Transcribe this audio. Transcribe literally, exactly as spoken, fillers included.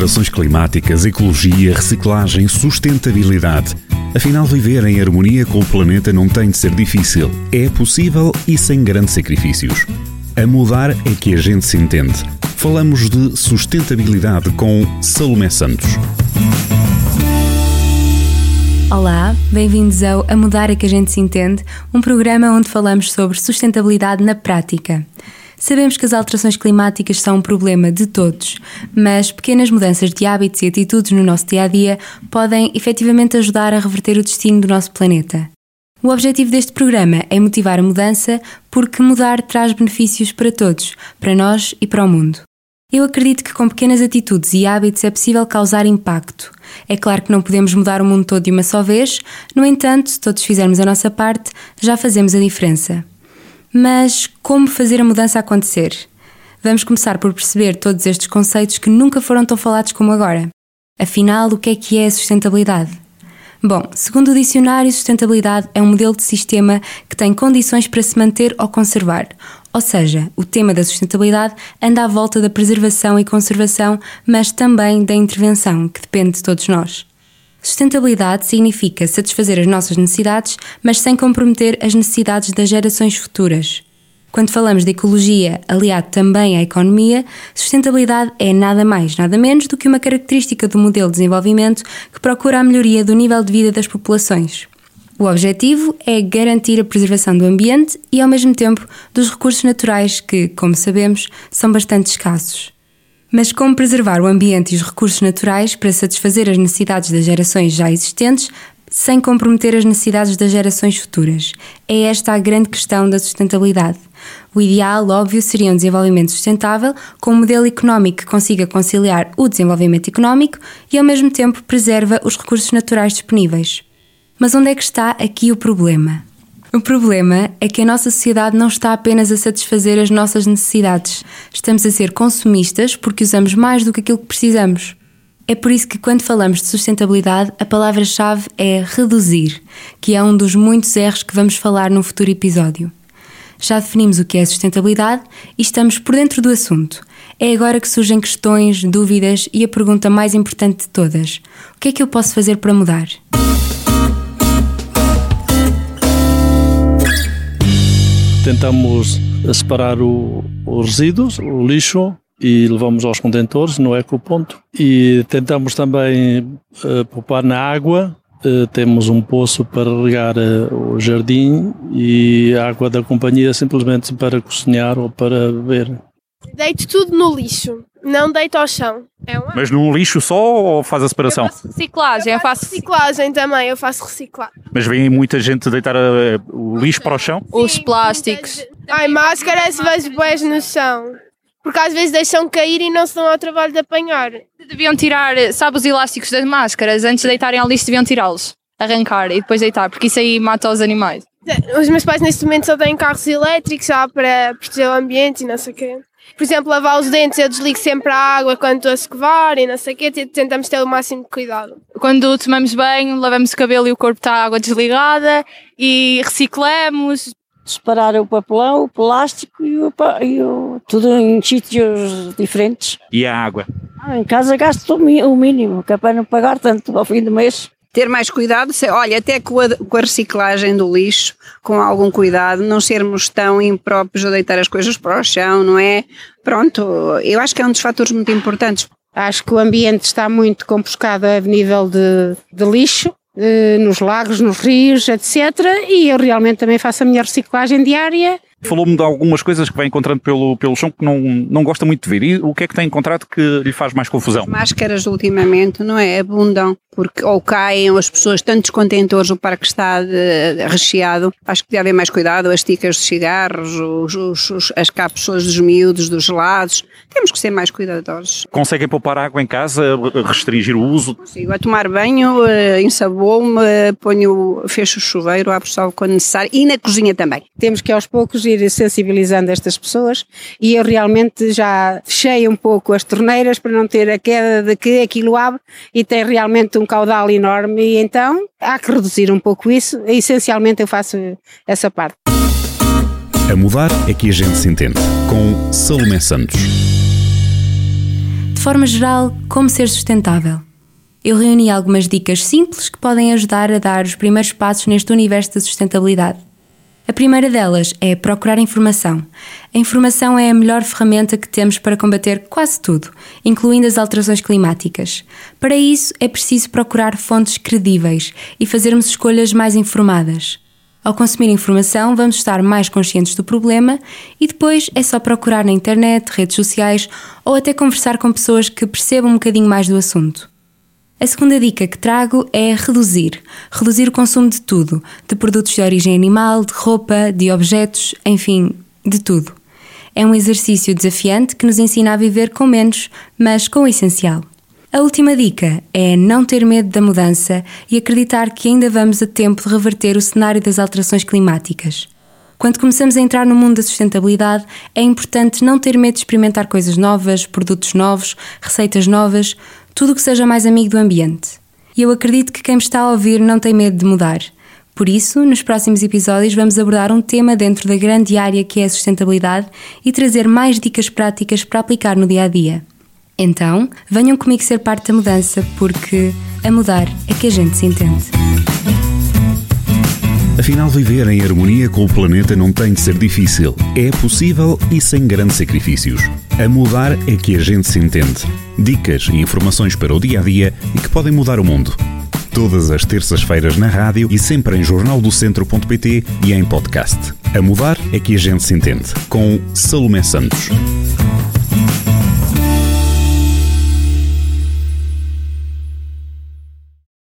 alterações climáticas, ecologia, reciclagem, sustentabilidade. Afinal, viver em harmonia com o planeta não tem de ser difícil. É possível e sem grandes sacrifícios. A mudar é que a gente se entende. Falamos de sustentabilidade com Salomé Santos. Olá, bem-vindos ao A Mudar é que a gente se entende, um programa onde falamos sobre sustentabilidade na prática. Sabemos que as alterações climáticas são um problema de todos, mas pequenas mudanças de hábitos e atitudes no nosso dia-a-dia podem efetivamente ajudar a reverter o destino do nosso planeta. O objetivo deste programa é motivar a mudança porque mudar traz benefícios para todos, para nós e para o mundo. Eu acredito que com pequenas atitudes e hábitos é possível causar impacto. É claro que não podemos mudar o mundo todo de uma só vez, no entanto, se todos fizermos a nossa parte, já fazemos a diferença. Mas como fazer a mudança acontecer? Vamos começar por perceber todos estes conceitos que nunca foram tão falados como agora. Afinal, o que é que é a sustentabilidade? Bom, segundo o dicionário, sustentabilidade é um modelo de sistema que tem condições para se manter ou conservar. Ou seja, o tema da sustentabilidade anda à volta da preservação e conservação, mas também da intervenção, que depende de todos nós. Sustentabilidade significa satisfazer as nossas necessidades, mas sem comprometer as necessidades das gerações futuras. Quando falamos de ecologia, aliado também à economia, sustentabilidade é nada mais, nada menos do que uma característica do modelo de desenvolvimento que procura a melhoria do nível de vida das populações. O objetivo é garantir a preservação do ambiente e, ao mesmo tempo, dos recursos naturais que, como sabemos, são bastante escassos. Mas como preservar o ambiente e os recursos naturais para satisfazer as necessidades das gerações já existentes, sem comprometer as necessidades das gerações futuras? É esta a grande questão da sustentabilidade. O ideal, óbvio, seria um desenvolvimento sustentável, com um modelo económico que consiga conciliar o desenvolvimento económico e, ao mesmo tempo, preserva os recursos naturais disponíveis. Mas onde é que está aqui o problema? O problema é que a nossa sociedade não está apenas a satisfazer as nossas necessidades. Estamos a ser consumistas porque usamos mais do que aquilo que precisamos. É por isso que, quando falamos de sustentabilidade, a palavra-chave é reduzir, que é um dos muitos erros que vamos falar num futuro episódio. Já definimos o que é sustentabilidade e estamos por dentro do assunto. É agora que surgem questões, dúvidas e a pergunta mais importante de todas: o que é que eu posso fazer para mudar? Tentamos separar o, os resíduos, o lixo, e levamos aos contentores no ecoponto. E tentamos também uh, poupar na água. Uh, temos um poço para regar uh, o jardim e a água da companhia simplesmente para cozinhar ou para beber. Deito tudo no lixo, não deito ao chão. É uma... Mas num lixo só ou faz a separação? Eu faço reciclagem, eu faço reciclagem também, eu faço reciclagem. Mas vem muita gente deitar uh, o lixo para o chão? Sim, os plásticos. Ai, máscaras vejo boas no chão. Porque às vezes deixam cair e não se dão ao trabalho de apanhar. Deviam tirar, sabe, os elásticos das máscaras, antes de deitarem ao lixo deviam tirá-los, arrancar e depois deitar, porque isso aí mata os animais. Os meus pais neste momento só têm carros elétricos já para proteger o ambiente e não sei o quê. Por exemplo, lavar os dentes, eu desligo sempre a água quando estou a escovar e não sei o quê, tentamos ter o máximo de cuidado. Quando tomamos banho, lavamos o cabelo e o corpo está a água desligada e reciclamos. Separar o papelão, o plástico e o, e o tudo em sítios diferentes. E a água? Ah, em casa gasto o mínimo, que é para não pagar tanto ao fim do mês. Ter mais cuidado, olha, até com a, com a reciclagem do lixo, com algum cuidado, não sermos tão impróprios a deitar as coisas para o chão, não é? Pronto, eu acho que é um dos fatores muito importantes. Acho que o ambiente está muito compostado a nível de, de lixo, nos lagos, nos rios, etcétera. E eu realmente também faço a minha reciclagem diária. Falou-me de algumas coisas que vai encontrando pelo, pelo chão que não, não gosta muito de ver. E o que é que tem encontrado que lhe faz mais confusão? As máscaras ultimamente, não é? Abundam, porque ou caem, ou as pessoas, tantos contentores, o parque está de, recheado. Acho que deve haver mais cuidado, as ticas de cigarros, os, os, os, as cápsulas dos miúdos, dos gelados. Temos que ser mais cuidadosos. Conseguem poupar água em casa, restringir o uso? Consigo. A tomar banho, ensaboo-me, ponho, fecho o chuveiro, abro só quando necessário, e na cozinha também. Temos que aos poucos ir sensibilizando estas pessoas e eu realmente já fechei um pouco as torneiras para não ter a queda de que aquilo abre e tem realmente um caudal enorme e então há que reduzir um pouco isso e essencialmente eu faço essa parte. A mudar é que a gente se entende, com Salomé Santos. de forma geral, como ser sustentável. Eu reuni algumas dicas simples que podem ajudar a dar os primeiros passos neste universo da sustentabilidade. A primeira delas é procurar informação. A informação é a melhor ferramenta que temos para combater quase tudo, incluindo as alterações climáticas. Para isso, é preciso procurar fontes credíveis e fazermos escolhas mais informadas. Ao consumir informação, vamos estar mais conscientes do problema e depois é só procurar na internet, redes sociais ou até conversar com pessoas que percebam um bocadinho mais do assunto. A segunda dica que trago é reduzir. Reduzir o consumo de tudo, de produtos de origem animal, de roupa, de objetos, enfim, de tudo. É um exercício desafiante que nos ensina a viver com menos, mas com o essencial. A última dica é não ter medo da mudança e acreditar que ainda vamos a tempo de reverter o cenário das alterações climáticas. Quando começamos a entrar no mundo da sustentabilidade, é importante não ter medo de experimentar coisas novas, produtos novos, receitas novas, tudo o que seja mais amigo do ambiente. E eu acredito que quem me está a ouvir não tem medo de mudar. Por isso, nos próximos episódios vamos abordar um tema dentro da grande área que é a sustentabilidade e trazer mais dicas práticas para aplicar no dia-a-dia. Então, venham comigo ser parte da mudança, porque a mudar é que a gente se entende. Afinal, viver em harmonia com o planeta não tem de ser difícil. É possível e sem grandes sacrifícios. A mudar é que a gente se entende. Dicas e informações para o dia-a-dia e que podem mudar o mundo. Todas as terças-feiras na rádio e sempre em jornal do centro ponto pt e em podcast. A mudar é que a gente se entende. Com Salomé Santos.